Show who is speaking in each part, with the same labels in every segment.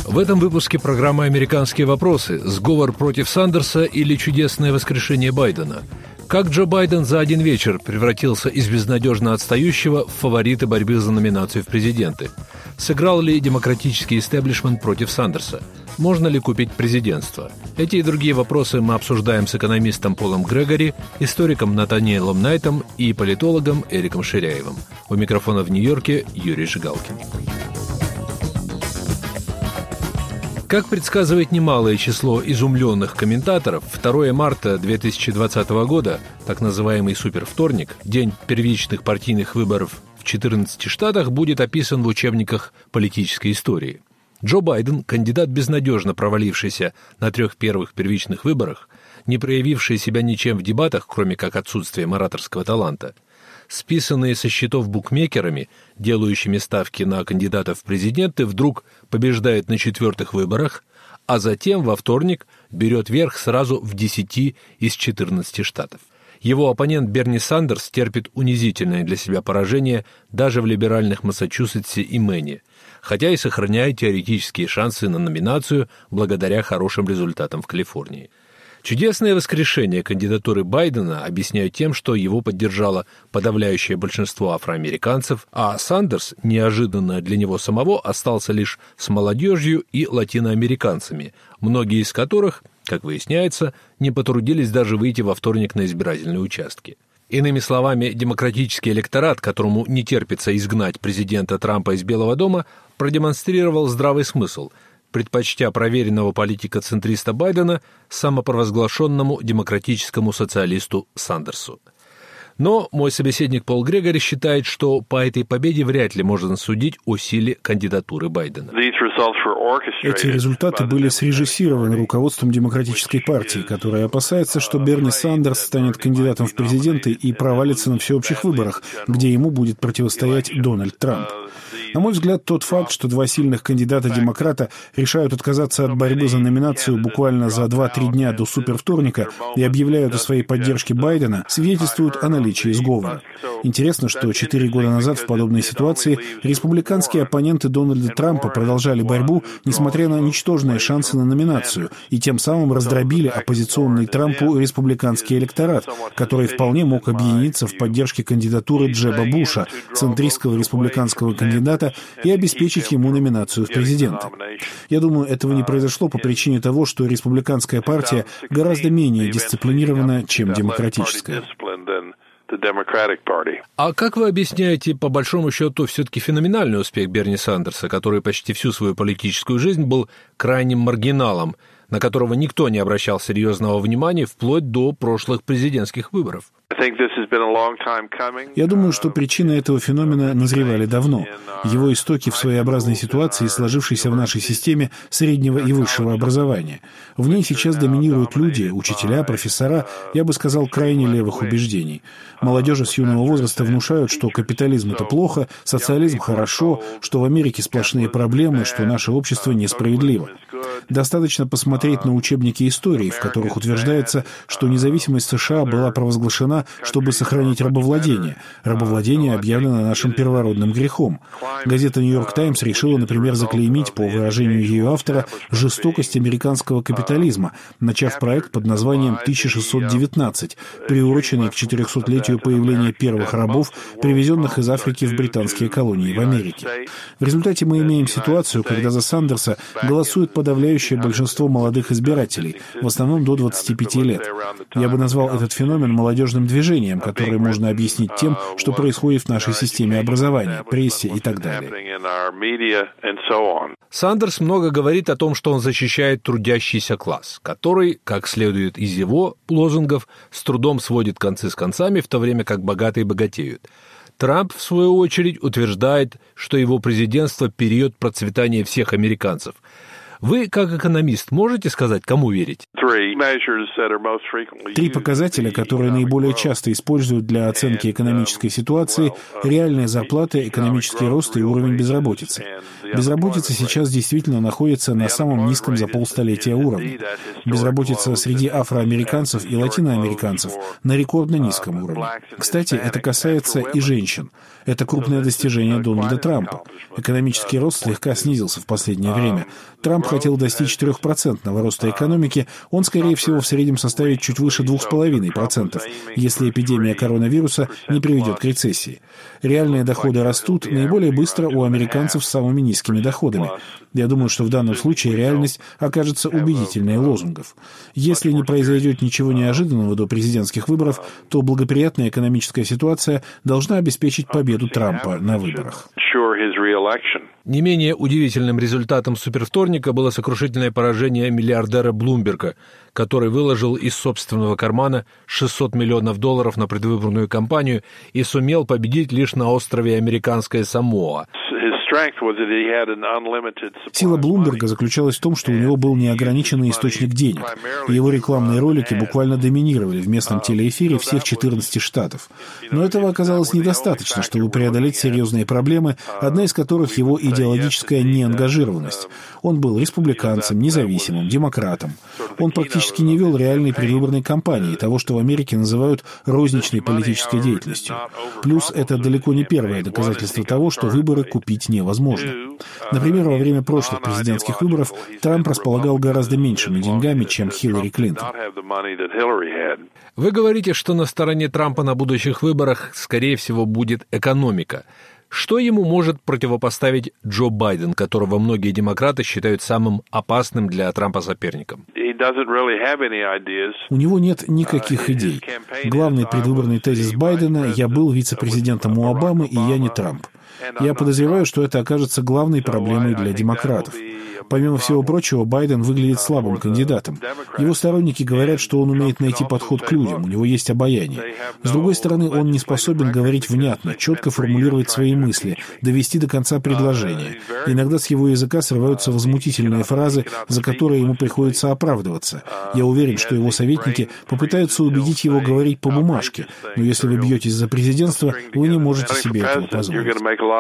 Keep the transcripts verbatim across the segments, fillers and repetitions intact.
Speaker 1: В этом выпуске программы «Американские вопросы», сговор против Сандерса или чудесное воскрешение Байдена. Как Джо Байден за один вечер превратился из безнадежно отстающего в фаворита борьбы за номинацию в президенты. Сыграл ли демократический истеблишмент против Сандерса? Можно ли купить президентство? Эти и другие вопросы мы обсуждаем с экономистом Полом Грегори, историком Натаниэлом Найтом и политологом Эриком Ширяевым. У микрофона в Нью-Йорке Юрий Жигалкин. Как предсказывает немалое число изумленных комментаторов, второго марта две тысячи двадцатого года, так называемый супервторник, день первичных партийных выборов в четырнадцати штатах, будет описан в учебниках политической истории. Джо Байден, кандидат, безнадежно провалившийся на трех первых первичных выборах, не проявивший себя ничем в дебатах, кроме как отсутствием ораторского таланта, списанные со счетов букмекерами, делающими ставки на кандидатов в президенты, вдруг побеждает на четвертых выборах, а затем во вторник берет верх сразу в десяти из четырнадцати штатов. Его оппонент Берни Сандерс терпит унизительное для себя поражение даже в либеральных Массачусетсе и Мэне, хотя и сохраняет теоретические шансы на номинацию благодаря хорошим результатам в Калифорнии. Чудесное воскрешение кандидатуры Байдена объясняют тем, что его поддержало подавляющее большинство афроамериканцев, а Сандерс, неожиданно для него самого, остался лишь с молодежью и латиноамериканцами, многие из которых, как выясняется, не потрудились даже выйти во вторник на избирательные участки. Иными словами, демократический электорат, которому не терпится изгнать президента Трампа из Белого дома, продемонстрировал здравый смысл, предпочтя проверенного политика-центриста Байдена самопровозглашенному демократическому социалисту Сандерсу. Но мой собеседник Пол Грегори считает, что по этой победе вряд ли можно судить о силе кандидатуры Байдена.
Speaker 2: Эти результаты были срежиссированы руководством Демократической партии, которая опасается, что Берни Сандерс станет кандидатом в президенты и провалится на всеобщих выборах, где ему будет противостоять Дональд Трамп. На мой взгляд, тот факт, что два сильных кандидата-демократа решают отказаться от борьбы за номинацию буквально за два-три дня до супервторника и объявляют о своей поддержке Байдена, свидетельствует о наличии сговора. Интересно, что четыре года назад в подобной ситуации республиканские оппоненты Дональда Трампа продолжали борьбу, несмотря на ничтожные шансы на номинацию, и тем самым раздробили оппозиционный Трампу республиканский электорат, который вполне мог объединиться в поддержке кандидатуры Джеба Буша, центристского республиканского кандидата, и обеспечить ему номинацию в президенты. Я думаю, этого не произошло по причине того, что республиканская партия гораздо менее дисциплинирована, чем демократическая.
Speaker 1: А как вы объясняете, по большому счету, все-таки феноменальный успех Берни Сандерса, который почти всю свою политическую жизнь был крайним маргиналом, на которого никто не обращал серьезного внимания вплоть до прошлых президентских выборов?
Speaker 2: Я думаю, что причины этого феномена назревали давно. Его истоки в своеобразной ситуации, сложившейся в нашей системе среднего и высшего образования. В ней сейчас доминируют люди, учителя, профессора, я бы сказал, крайне левых убеждений. Молодежи с юного возраста внушают, что капитализм — это плохо, социализм — хорошо, что в Америке сплошные проблемы, что наше общество несправедливо. Достаточно посмотреть на учебники истории, в которых утверждается, что независимость США была провозглашена, чтобы сохранить рабовладение. Рабовладение объявлено нашим первородным грехом. Газета «Нью-Йорк Таймс» решила, например, заклеймить, по выражению ее автора, жестокость американского капитализма, начав проект под названием тысяча шестьсот девятнадцать, приуроченный к четырехсотлетию появления первых рабов, привезенных из Африки в британские колонии в Америке. В результате мы имеем ситуацию, когда за Сандерса голосует подавляющее большинство молодых избирателей, в основном до двадцати пяти лет. Я бы назвал этот феномен молодежным движением, которое можно объяснить тем, что происходит в нашей системе образования, прессе и так далее.
Speaker 1: Сандерс много говорит о том, что он защищает трудящийся класс, который, как следует из его лозунгов, с трудом сводит концы с концами, в то время как богатые богатеют. Трамп, в свою очередь, утверждает, что его президентство – период процветания всех американцев. Вы, как экономист, можете сказать, кому верить?
Speaker 2: Три показателя, которые наиболее часто используют для оценки экономической ситуации – реальная зарплата, экономический рост и уровень безработицы. Безработица сейчас действительно находится на самом низком за полстолетия уровне. Безработица среди афроамериканцев и латиноамериканцев на рекордно низком уровне. Кстати, это касается и женщин. Это крупное достижение Дональда Трампа. Экономический рост слегка снизился в последнее время. Трамп хотел достичь трехпроцентного роста экономики, он, скорее всего, в среднем составит чуть выше двух с половиной процентов, если эпидемия коронавируса не приведет к рецессии. Реальные доходы растут наиболее быстро у американцев с самыми низкими доходами. Я думаю, что в данном случае реальность окажется убедительнее лозунгов. Если не произойдет ничего неожиданного до президентских выборов, то благоприятная экономическая ситуация должна обеспечить победу Трампа на выборах.
Speaker 1: Не менее удивительным результатом супервторника было сокрушительное поражение миллиардера Блумберга, который выложил из собственного кармана шестьсот миллионов долларов на предвыборную кампанию и сумел победить лишь на острове Американская Самоа.
Speaker 2: Сила Блумберга заключалась в том, что у него был неограниченный источник денег, и его рекламные ролики буквально доминировали в местном телеэфире всех четырнадцати штатов. Но этого оказалось недостаточно, чтобы преодолеть серьезные проблемы, одна из которых его идеологическая неангажированность. Он был республиканцем, независимым, демократом. Он практически не вел реальной предвыборной кампании, того, что в Америке называют розничной политической деятельностью. Плюс это далеко не первое доказательство того, что выборы купить невозможно. Например, во время прошлых президентских выборов Трамп располагал гораздо меньшими деньгами, чем Хиллари Клинтон.
Speaker 1: Вы говорите, что на стороне Трампа на будущих выборах, скорее всего, будет экономика. Что ему может противопоставить Джо Байден, которого многие демократы считают самым опасным для Трампа соперником?
Speaker 2: У него нет никаких идей. Главный предвыборный тезис Байдена: «Я был вице-президентом у Обамы, и я не Трамп». Я подозреваю, что это окажется главной проблемой для демократов. Помимо всего прочего, Байден выглядит слабым кандидатом. Его сторонники говорят, что он умеет найти подход к людям, у него есть обаяние. С другой стороны, он не способен говорить внятно, четко формулировать свои мысли, довести до конца предложение. Иногда с его языка срываются возмутительные фразы, за которые ему приходится оправдываться. Я уверен, что его советники попытаются убедить его говорить по бумажке, но если вы бьетесь за президентство, вы не можете себе этого позволить.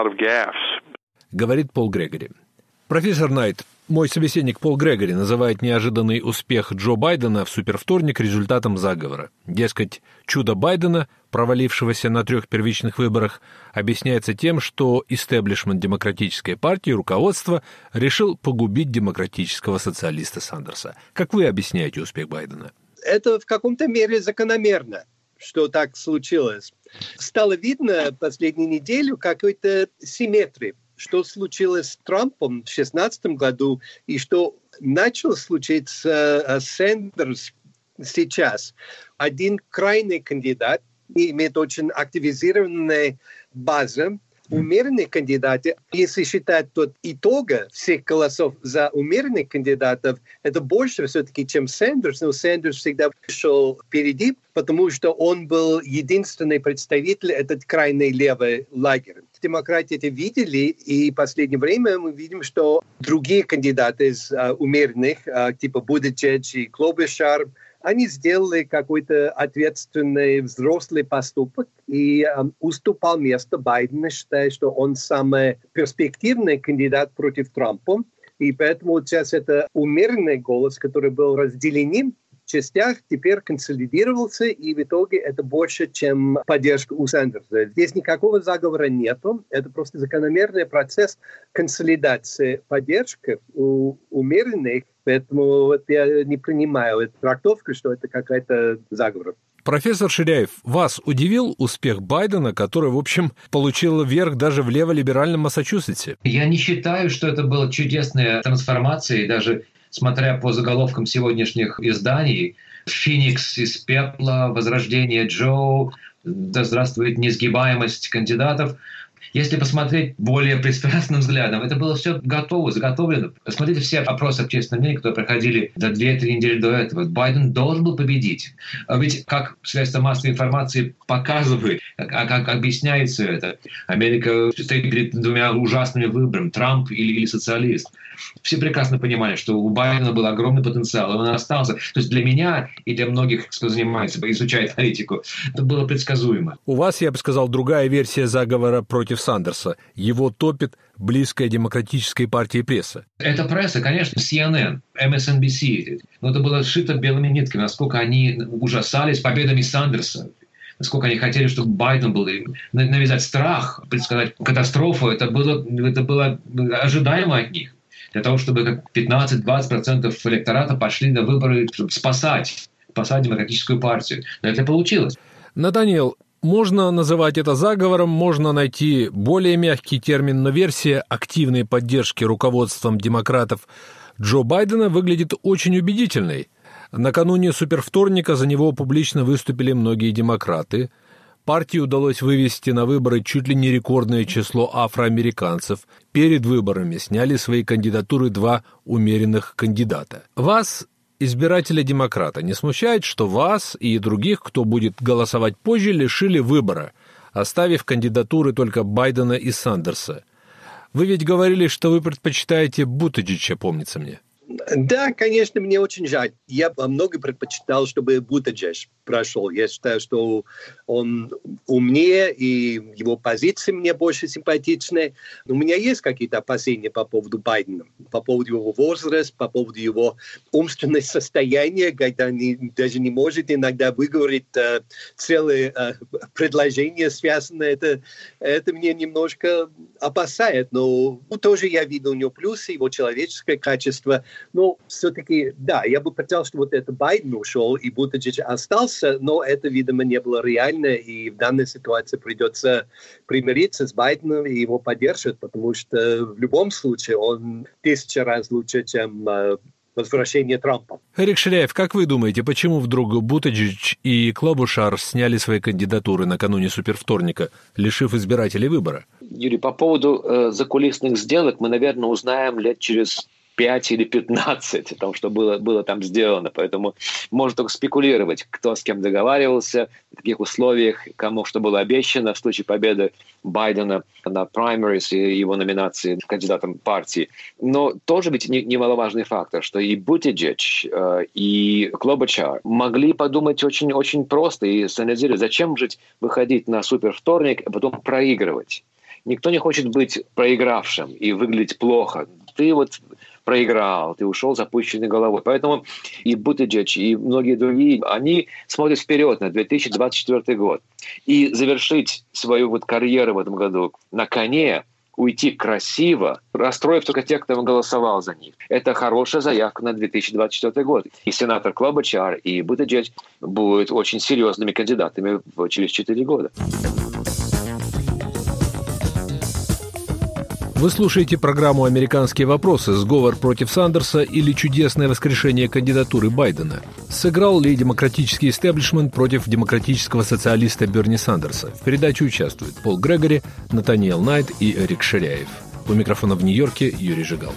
Speaker 1: Говорит Пол Грегори. Профессор Найт, мой собеседник Пол Грегори называет неожиданный успех Джо Байдена в супервторник результатом заговора. Дескать, чудо Байдена, провалившегося на трех первичных выборах, объясняется тем, что истеблишмент демократической партии, руководство, решил погубить демократического социалиста Сандерса. Как вы объясняете успех Байдена?
Speaker 3: Это в каком-то мере закономерно, что так случилось. Стало видно последнюю неделю какой-то симметрии, что случилось с Трампом в две тысячи шестнадцатом году и что начало случиться с Сандерсом сейчас. Один крайний кандидат имеет очень активизированную базу. Умеренные кандидаты, если считать тот итога всех голосов за умеренных кандидатов, это больше все-таки, чем Сандерс. Но Сандерс всегда шел впереди, потому что он был единственный представитель этот крайний левый лагерь. Демократы это видели, и в последнее время мы видим, что другие кандидаты из uh, умеренных, uh, типа Будиджедж и Клобешар, они сделали какой-то ответственный взрослый поступок и э, уступал место Байдену, считая, что он самый перспективный кандидат против Трампа. И поэтому сейчас это умеренный голос, который был разделен в частях, теперь консолидировался, и в итоге это больше, чем поддержка у Сандерса. Здесь никакого заговора нету, это просто закономерный процесс консолидации поддержки у умеренных. Поэтому вот я не принимаю эту трактовку, что это какая-то заговор.
Speaker 1: Профессор Ширяев, вас удивил успех Байдена, который, в общем, получил верх даже в леволиберальном Массачусетсе?
Speaker 4: Я не считаю, что это была чудесная трансформация, даже смотря по заголовкам сегодняшних изданий: «Феникс из пепла», «Возрождение Джо», «Да здравствует несгибаемость кандидатов». Если посмотреть более пристрастным взглядом, это было все готово, заготовлено. Посмотрите все опросы общественного мнения, которые проходили за две-три недели до этого. Байден должен был победить. А ведь как средства массовой информации показывают, как, как объясняет все это, Америка стоит перед двумя ужасными выборами, Трамп или, или социалист. Все прекрасно понимали, что у Байдена был огромный потенциал, и он остался. То есть для меня и для многих, кто занимается, изучает политику, это было предсказуемо.
Speaker 1: У вас, я бы сказал, другая версия заговора против Сандерса. Его топит близкая демократической партии пресса.
Speaker 4: Это пресса, конечно, си эн эн, эм эс эн би си. Но это было сшито белыми нитками, насколько они ужасались победами Сандерса. Насколько они хотели, чтобы Байден был, навязать страх, предсказать катастрофу. Это было, это было ожидаемо от них. Для того, чтобы пятнадцать-двадцать процентов электората пошли на выборы, чтобы спасать, спасать демократическую партию. Но это получилось.
Speaker 1: Натаниэл, можно называть это заговором, можно найти более мягкий термин, но версия активной поддержки руководством демократов Джо Байдена выглядит очень убедительной. Накануне супервторника за него публично выступили многие демократы. Партии удалось вывести на выборы чуть ли не рекордное число афроамериканцев. Перед выборами сняли свои кандидатуры два умеренных кандидата. Вас, избирателя-демократа, не смущает, что вас и других, кто будет голосовать позже, лишили выбора, оставив кандидатуры только Байдена и Сандерса? Вы ведь говорили, что вы предпочитаете Бутиджича, помнится мне.
Speaker 3: Да, конечно, мне очень жаль. Я много предпочитал, чтобы Бутиджич прошел. Я считаю, что он умнее, и его позиции мне больше симпатичны. Но у меня есть какие-то опасения по поводу Байдена, по поводу его возраста, по поводу его умственного состояния, когда он даже не может иногда выговорить э, целые э, предложения, связанные. Это, это меня немножко опасает. Но тоже я видел у него плюсы, его человеческое качество. Но все-таки, да, я бы хотел, чтобы вот это Байден ушел и Бутиджич остался, но это, видимо, не было реально, и в данной ситуации придется примириться с Байденом и его поддержать, потому что в любом случае он тысячу раз лучше, чем э, возвращение Трампа.
Speaker 1: Эрик Ширяев, как вы думаете, почему вдруг Бутиджич и Клобушар сняли свои кандидатуры накануне супервторника, лишив избирателей выбора?
Speaker 5: Юрий, по поводу э, закулисных сделок мы, наверное, узнаем лет через пять или пятнадцать о том, что было, было там сделано. Поэтому можно только спекулировать, кто с кем договаривался, в каких условиях, кому что было обещано в случае победы Байдена на праймерис и его номинации кандидатом партии. Но тоже ведь немаловажный фактор, что и Бутиджич, и Клобачар могли подумать очень-очень просто и санализировать, зачем же выходить на супервторник, а потом проигрывать. Никто не хочет быть проигравшим и выглядеть плохо. Ты вот проиграл, ты ушел с опущенной головой. Поэтому и Бутиджич, и многие другие, они смотрят вперед на две тысячи двадцать четвёртый год. И завершить свою вот карьеру в этом году на коне, уйти красиво, расстроив только тех, кто голосовал за них. Это хорошая заявка на две тысячи двадцать четвёртый год. И сенатор Клобачар, и Бутиджич будут очень серьезными кандидатами через четыре года.
Speaker 1: Вы слушаете программу «Американские вопросы. Сговор против Сандерса или чудесное воскрешение кандидатуры Байдена». Сыграл ли демократический истеблишмент против демократического социалиста Берни Сандерса? В передаче участвуют Пол Грегори, Натаниэл Найт и Эрик Ширяев. У микрофона в Нью-Йорке Юрий Жигал.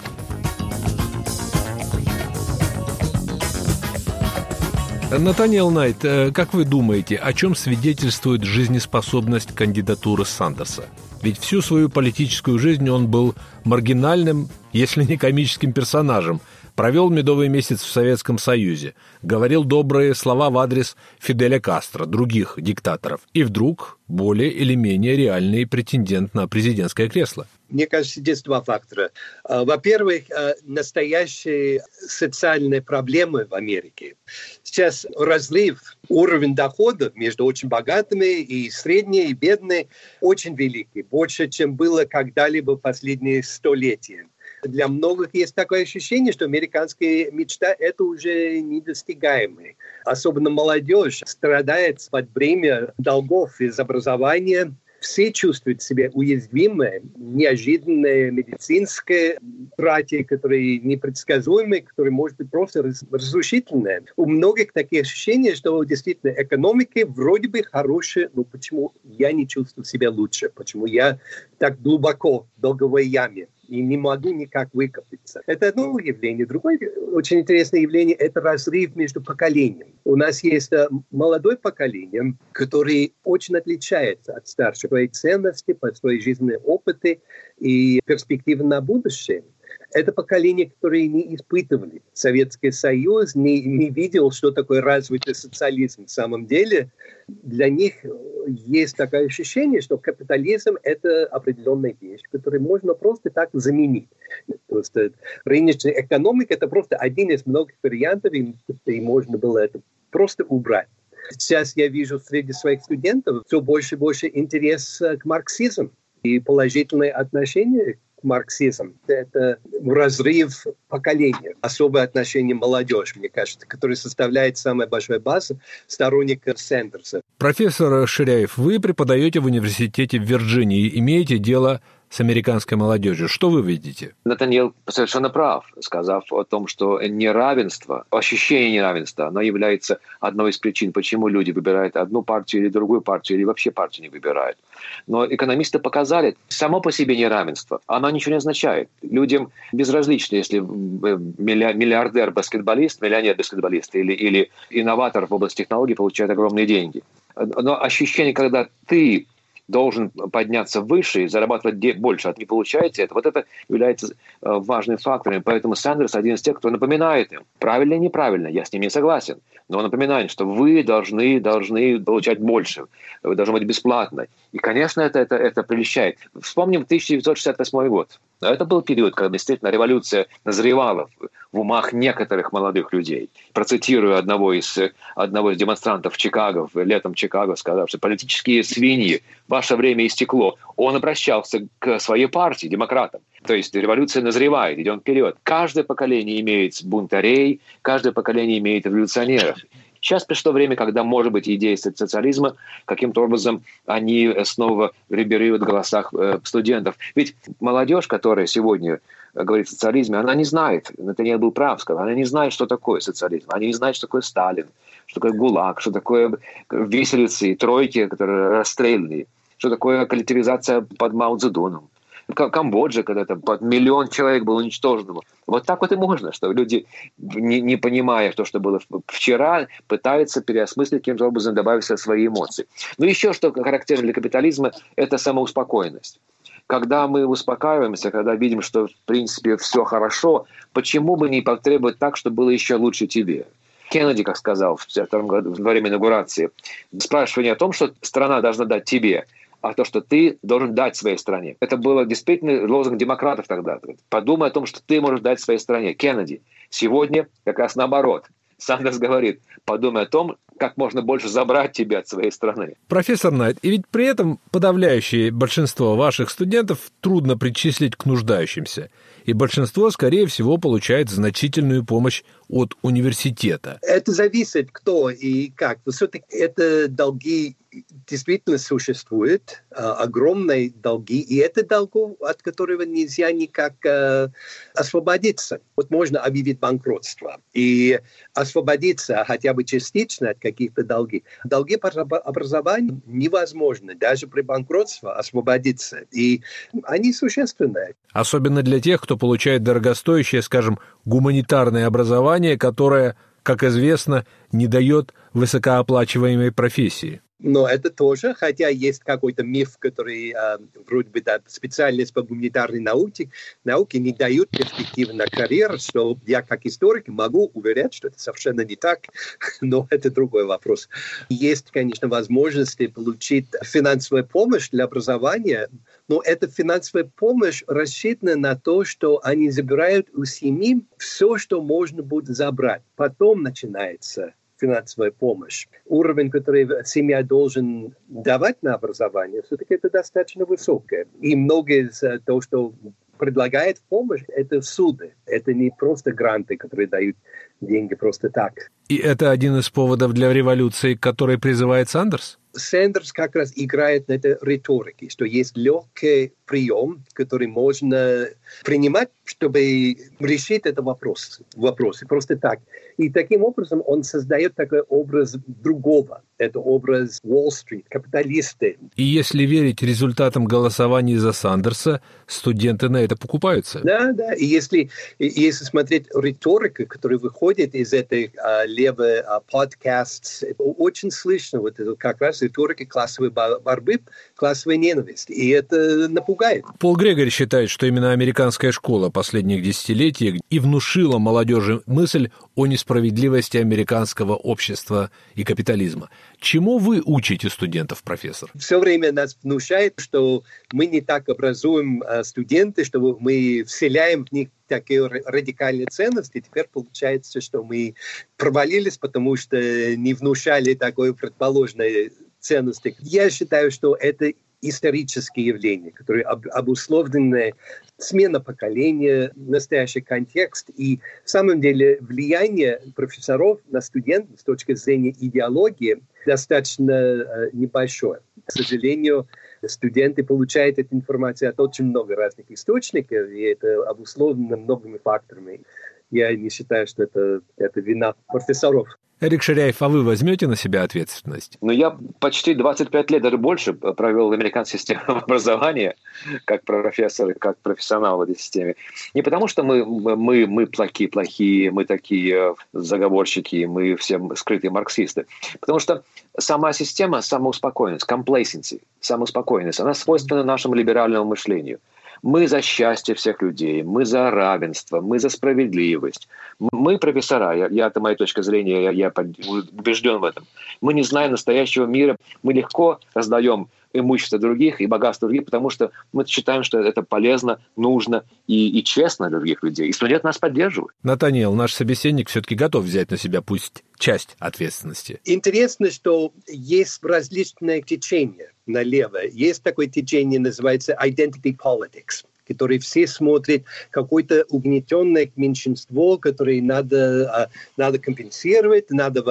Speaker 1: Натаниэл Найт, как вы думаете, о чем свидетельствует жизнеспособность кандидатуры Сандерса? Ведь всю свою политическую жизнь он был маргинальным, если не комическим персонажем, провел медовый месяц в Советском Союзе, говорил добрые слова в адрес Фиделя Кастро, других диктаторов, и вдруг более или менее реальный претендент на президентское кресло.
Speaker 3: Мне кажется, здесь два фактора. Во-первых, настоящие социальные проблемы в Америке. Сейчас разрыв, уровень доходов между очень богатыми и средними, и бедными очень великий. Больше, чем было когда-либо в последние столетия. Для многих есть такое ощущение, что американская мечта – это уже недостигаемое. Особенно молодежь страдает под бремя долгов из образования, все чувствуют себя уязвимые, неожиданные медицинские братья, которые непредсказуемые, которые, может быть, просто разрушительные. У многих такие ощущения, что действительно экономика вроде бы хорошая, но почему я не чувствую себя лучше, почему я так глубоко в долговой яме и не могу никак выкопаться. Это одно явление. Другое очень интересное явление – это разрыв между поколениями. У нас есть молодое поколение, которое очень отличается от старшего. По своей ценности, по своей жизненной опыте и перспективы на будущее. Это поколение, которое не испытывали Советский Союз, не, не видел, что такое развитый социализм. В самом деле для них есть такое ощущение, что капитализм – это определенная вещь, которую можно просто так заменить. Просто рыночная экономика – это просто один из многих вариантов, и, и можно было это просто убрать. Сейчас я вижу среди своих студентов все больше и больше интерес к марксизму и положительное отношение к марксизму. Это разрыв поколения, особое отношение молодежи, мне кажется, которое составляет самая большая база сторонников Сандерса.
Speaker 1: Профессор Ширяев, вы преподаете в университете в Вирджинии, имеете дело с американской молодежью. Что вы видите?
Speaker 5: Натаниэл совершенно прав, сказав о том, что неравенство, ощущение неравенства, оно является одной из причин, почему люди выбирают одну партию или другую партию, или вообще партию не выбирают. Но экономисты показали, само по себе неравенство, оно ничего не означает. Людям безразлично, если миллиардер-баскетболист, миллионер-баскетболист или, или инноватор в области технологий получает огромные деньги. Но ощущение, когда ты должен подняться выше и зарабатывать больше, а не получаете это, вот это является важным фактором. Поэтому Сандерс один из тех, кто напоминает им, правильно или неправильно, я с ним не согласен, но напоминает, что вы должны, должны получать больше, вы должны быть бесплатно. И, конечно, это, это, это прельщает. Вспомним тысяча девятьсот шестьдесят восьмой год. Это был период, когда действительно революция назревала в умах некоторых молодых людей. Процитирую одного из, одного из демонстрантов в Чикаго, летом Чикаго, сказав, что политические свиньи, ваше время истекло. Он обращался к своей партии, демократам. То есть революция назревает, идем вперед. Каждое поколение имеет бунтарей, каждое поколение имеет революционеров. Сейчас пришло время, когда, может быть, идеи социализма каким-то образом они снова реберируют в голосах студентов. Ведь молодежь, которая сегодня говорит о социализме, она не знает, Натаниэл был прав, сказал, она не знает, что такое социализм, она не знает, что такое Сталин, что такое ГУЛАГ, что такое виселицы, тройки, которые расстреляны, что такое коллективизация под Мао Цзэдуном. Камбоджа, когда там под миллион человек было уничтожено. Вот так вот и можно, что люди, не, не понимая то, что было вчера, пытаются переосмыслить, каким-то образом добавить свои эмоции. Но еще что характерно для капитализма, это самоуспокоенность. Когда мы успокаиваемся, когда видим, что в принципе все хорошо, почему бы не потребовать так, чтобы было еще лучше тебе? Кеннеди, как сказал в пятьдесят втором году, во время инаугурации, спрашивая не о том, что страна должна дать тебе, а то, что ты должен дать своей стране. Это было действительно лозунг демократов тогда. Подумай о том, что ты можешь дать своей стране. Кеннеди. Сегодня как раз наоборот. Сандерс говорит, подумай о том, как можно больше забрать тебя от своей страны.
Speaker 1: Профессор Найт, и ведь при этом подавляющее большинство ваших студентов трудно причислить к нуждающимся. И большинство, скорее всего, получает значительную помощь от университета.
Speaker 3: Это зависит, кто и как. Все-таки это долги действительно существуют, огромные долги, и это долги, от которого нельзя никак э, освободиться. Вот можно объявить банкротство и освободиться хотя бы частично от каких-то долгов. Долги по образованию невозможно даже при банкротстве освободиться, и они существенные.
Speaker 1: Особенно для тех, кто получает дорогостоящее, скажем, гуманитарное образование, которое, как известно, не дает высокооплачиваемой профессии.
Speaker 3: Но это тоже, хотя есть какой-то миф, который э, вроде бы да, специальность по гуманитарной науке, науке не дают перспективы на карьеру, что я как историк могу уверять, что это совершенно не так, но это другой вопрос. Есть, конечно, возможности получить финансовую помощь для образования, но эта финансовая помощь рассчитана на то, что они забирают у семьи все, что можно будет забрать. Потом начинается финансовая помощь. Уровень, который семья должен давать на образование, все-таки это достаточно высокое. И многое из того, что предлагает помощь, это суды. Это не просто гранты, которые дают деньги просто так.
Speaker 1: И это один из поводов для революции, к которой призывает Сандерс?
Speaker 3: Сэндерс как раз играет на этой риторике, что есть легкий прием, который можно принимать, чтобы решить этот вопрос, вопросы просто так. И таким образом он создает такой образ другого. Это образ Уолл-стрит, капиталисты.
Speaker 1: И если верить результатам голосования за Сандерса, студенты на это покупаются.
Speaker 3: Да, да. И если, если смотреть риторику, которая выходит из этой а, левой а, подкаст, очень слышно вот это как раз риторика классовой борьбы, классовой ненависти. И это напугает.
Speaker 1: Пол Грегори считает, что именно американская школа последних десятилетий и внушила молодежи мысль о несправедливости американского общества и капитализма. Чему вы учите студентов, профессор?
Speaker 3: Все время нас внушает, что мы не так образуем студенты, что мы вселяем в них такие радикальные ценности. Теперь получается, что мы провалились, потому что не внушали такой предположенной ценности. Я считаю, что это исторические явления, которые об, обусловлены смена поколения, настоящий контекст. И в самом деле влияние профессоров на студентов с точки зрения идеологии достаточно э, небольшое. К сожалению, студенты получают эту информацию от очень много разных источников, и это обусловлено многими факторами. Я не считаю, что это, это вина профессоров.
Speaker 1: Эрик Ширяев, а вы возьмете на себя ответственность?
Speaker 5: Ну, я почти двадцать пять лет, даже больше, провел в американской системе образования, как профессор и как профессионал в этой системе. Не потому, что мы, мы, мы плохие, плохие, мы такие заговорщики, мы все скрытые марксисты. Потому что сама система, самоуспокоенность, complacency, самоуспокоенность, она свойственна нашему либеральному мышлению. Мы за счастье всех людей, мы за равенство, мы за справедливость. Мы, профессора, я, я это моя точка зрения, я, я убежден в этом. Мы не знаем настоящего мира, мы легко раздаем имущество других и богатство других, потому что мы считаем, что это полезно, нужно и, и честно для других людей. И студенты нас поддерживают.
Speaker 1: Натаниэл, наш собеседник все-таки готов взять на себя пусть часть ответственности.
Speaker 3: Интересно, что есть различные течения налево. Есть такое течение, называется identity politics, который все смотрят какое-то угнетенное меньшинство, которое надо, надо компенсировать, надо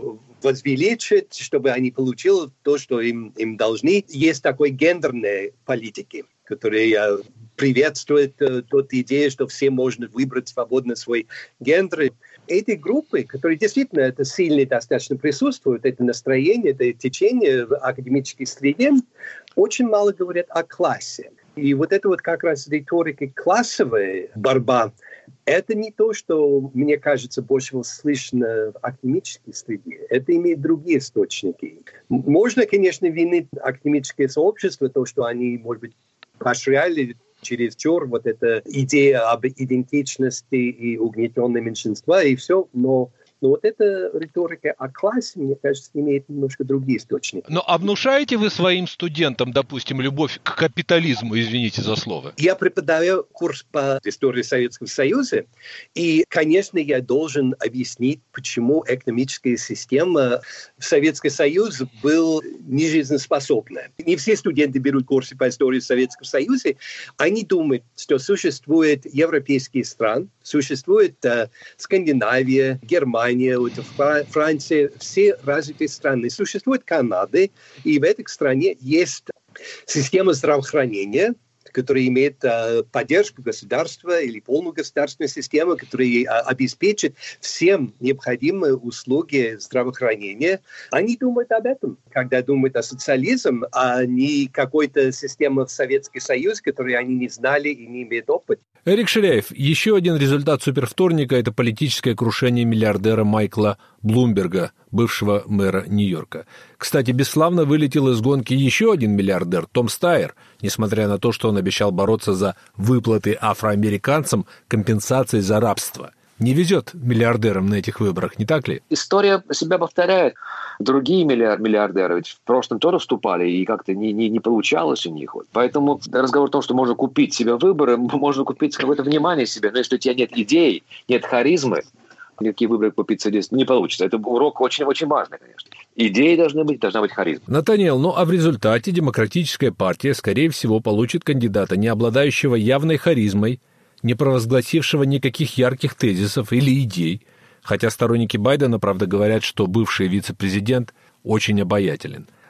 Speaker 3: возвеличить, чтобы они получили то, что им, им должны. Есть такой гендерной политики, которая приветствует ту идею, что все могут выбрать свободно свой гендер. Эти группы, которые действительно это сильно достаточно присутствуют, это настроение, это течение в академической среде, очень мало говорят о классе. И вот это вот как раз риторика классовая борьба, это не то, что, мне кажется, больше слышно в академической среде. Это имеет другие источники. Можно, конечно, винить академическое сообщество, то, что они, может быть, поощряли чересчур вот эта идея об идентичности и угнетенного меньшинства и все, но Но вот эта риторика о классе, мне кажется, имеет немножко другие источники.
Speaker 6: Но а внушаете вы своим студентам, допустим, любовь к капитализму, извините за слово?
Speaker 3: Я преподаю курс по истории Советского Союза, и, конечно, я должен объяснить, почему экономическая система в Советском Союзе была нежизнеспособна. Не все студенты берут курсы по истории Советского Союза. Они думают, что существуют европейские страны, существует э, Скандинавия, Германия, Франция, все развитые страны. Существует Канада, и в этой стране есть система здравоохранения, которая имеет э, поддержку государства или полную государственную систему, которая э, обеспечит всем необходимые услуги здравоохранения. Они думают об этом, когда думают о социализме, а не какой-то системе в Советский Союз, которую они не знали и не имеют опыта.
Speaker 1: Эрик Ширяев, еще один результат супервторника – это политическое крушение миллиардера Майкла Блумберга, бывшего мэра Нью-Йорка. Кстати, бесславно вылетел из гонки еще один миллиардер – Том Стайер, несмотря на то, что он обещал бороться за выплаты афроамериканцам компенсации за рабство. Не везет миллиардерам на этих выборах, не так ли?
Speaker 5: История себя повторяет. Другие миллиардеры ведь в прошлом тоже вступали, и как-то не, не, не получалось у них. Вот. Поэтому разговор о том, что можно купить себе выборы, можно купить какое-то внимание себе. Но если у тебя нет идей, нет харизмы, никакие выборы купить здесь не получится. Это урок очень-очень важный, конечно. Идеи должны быть, должна быть харизма.
Speaker 1: Натаниэл, ну а в результате Демократическая партия, скорее всего, получит кандидата, не обладающего явной харизмой, не провозгласившего никаких ярких тезисов или идей, хотя сторонники Байдена, правда, говорят, что бывший вице-президент очень обаятелен.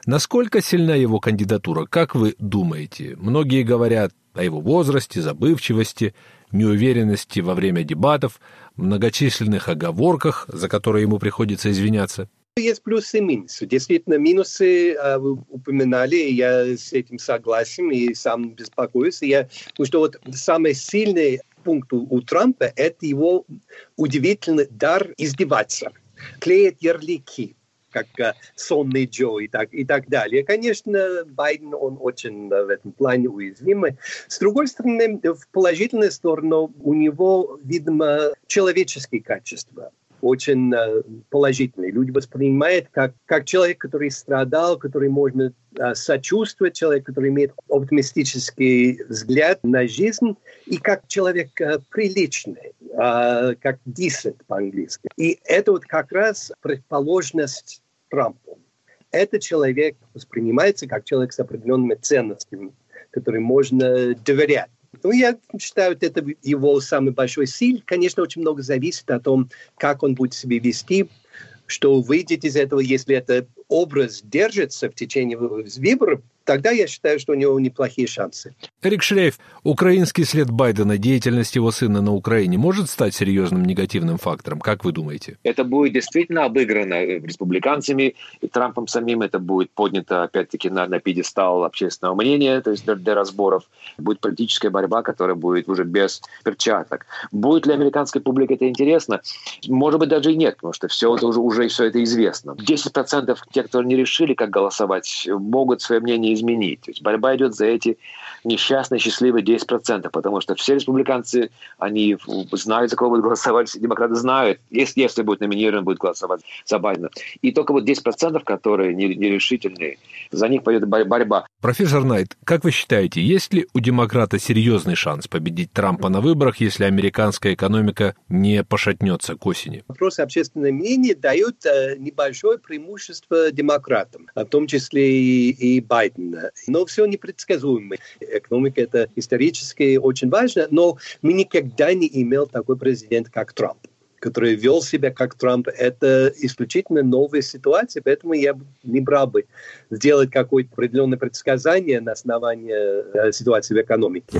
Speaker 1: Насколько сильна его кандидатура, как вы думаете? Многие говорят о его возрасте, забывчивости, неуверенности во время дебатов, многочисленных оговорках, за которые ему приходится извиняться.
Speaker 3: Есть плюсы и минусы. Действительно, минусы э, вы упоминали, я с этим согласен и сам беспокоюсь. Я, потому что вот самый сильный пункт у, у Трампа – это его удивительный дар издеваться, клеить ярлыки, как э, сонный Джо и так, и так далее. Конечно, Байден, он очень э, в этом плане уязвимый. С другой стороны, в положительную сторону у него, видимо, человеческие качества очень э, положительные. Люди воспринимают как, как человек, который страдал, который можно э, сочувствовать, человек, который имеет оптимистический взгляд на жизнь, и как человек э, приличный, э, как decent по-английски. И это вот как раз противоположность Трампу. Этот человек воспринимается как человек с определенными ценностями, которым можно доверять. Ну, я считаю, это его самый большой сил. Конечно, очень много зависит от того, как он будет себя вести, что выйдет из этого. Если этот образ держится в течение выборов, тогда я считаю, что у него неплохие шансы.
Speaker 1: Эрик Шрейф, украинский след Байдена, деятельность его сына на Украине может стать серьезным негативным фактором? Как вы думаете?
Speaker 5: Это будет действительно обыграно республиканцами и Трампом самим. Это будет поднято, опять-таки, на, на пьедестал общественного мнения, то есть для, для разборов. Будет политическая борьба, которая будет уже без перчаток. Будет ли американской публике это интересно? Может быть, даже и нет, потому что все это уже, уже все это известно. десять процентов те, кто не решили, как голосовать, могут свое мнение изменить. То есть борьба идет за эти несчастные, счастливые десять процентов, потому что все республиканцы, они знают, за кого будут голосовать, демократы знают, если, если будет номинирован, будет голосовать за Байдена. И только вот десять процентов, которые нерешительные, за них пойдет борьба.
Speaker 1: Профессор Найт, как вы считаете, есть ли у демократа серьезный шанс победить Трампа на выборах, если американская экономика не пошатнется к осени?
Speaker 3: Вопрос общественного мнения дает э, небольшое преимущество демократам, в том числе и, и Байдену. Но все непредсказуемо. Экономика – это исторически очень важно, но мы никогда не имели такой президент, как Трамп, который вел себя как Трамп. Это исключительно новая ситуация, поэтому я не брал бы сделать какое-то определенное предсказание на основании ситуации в экономике.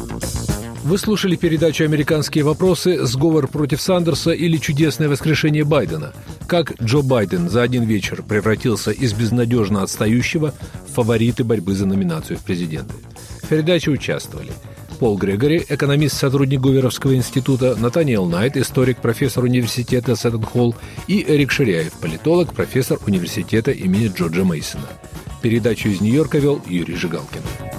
Speaker 1: Вы слушали передачу «Американские вопросы. Сговор против Сандерса или чудесное воскрешение Байдена». Как Джо Байден за один вечер превратился из безнадежно отстающего в фавориты борьбы за номинацию в президенты. В передаче участвовали Пол Грегори, экономист-сотрудник Гуверовского института, Натаниэл Найт, историк, профессор университета Сэттон-Холл, и Эрик Ширяев, политолог, профессор университета имени Джорджа Мейсона. Передачу из Нью-Йорка вел Юрий Жигалкин.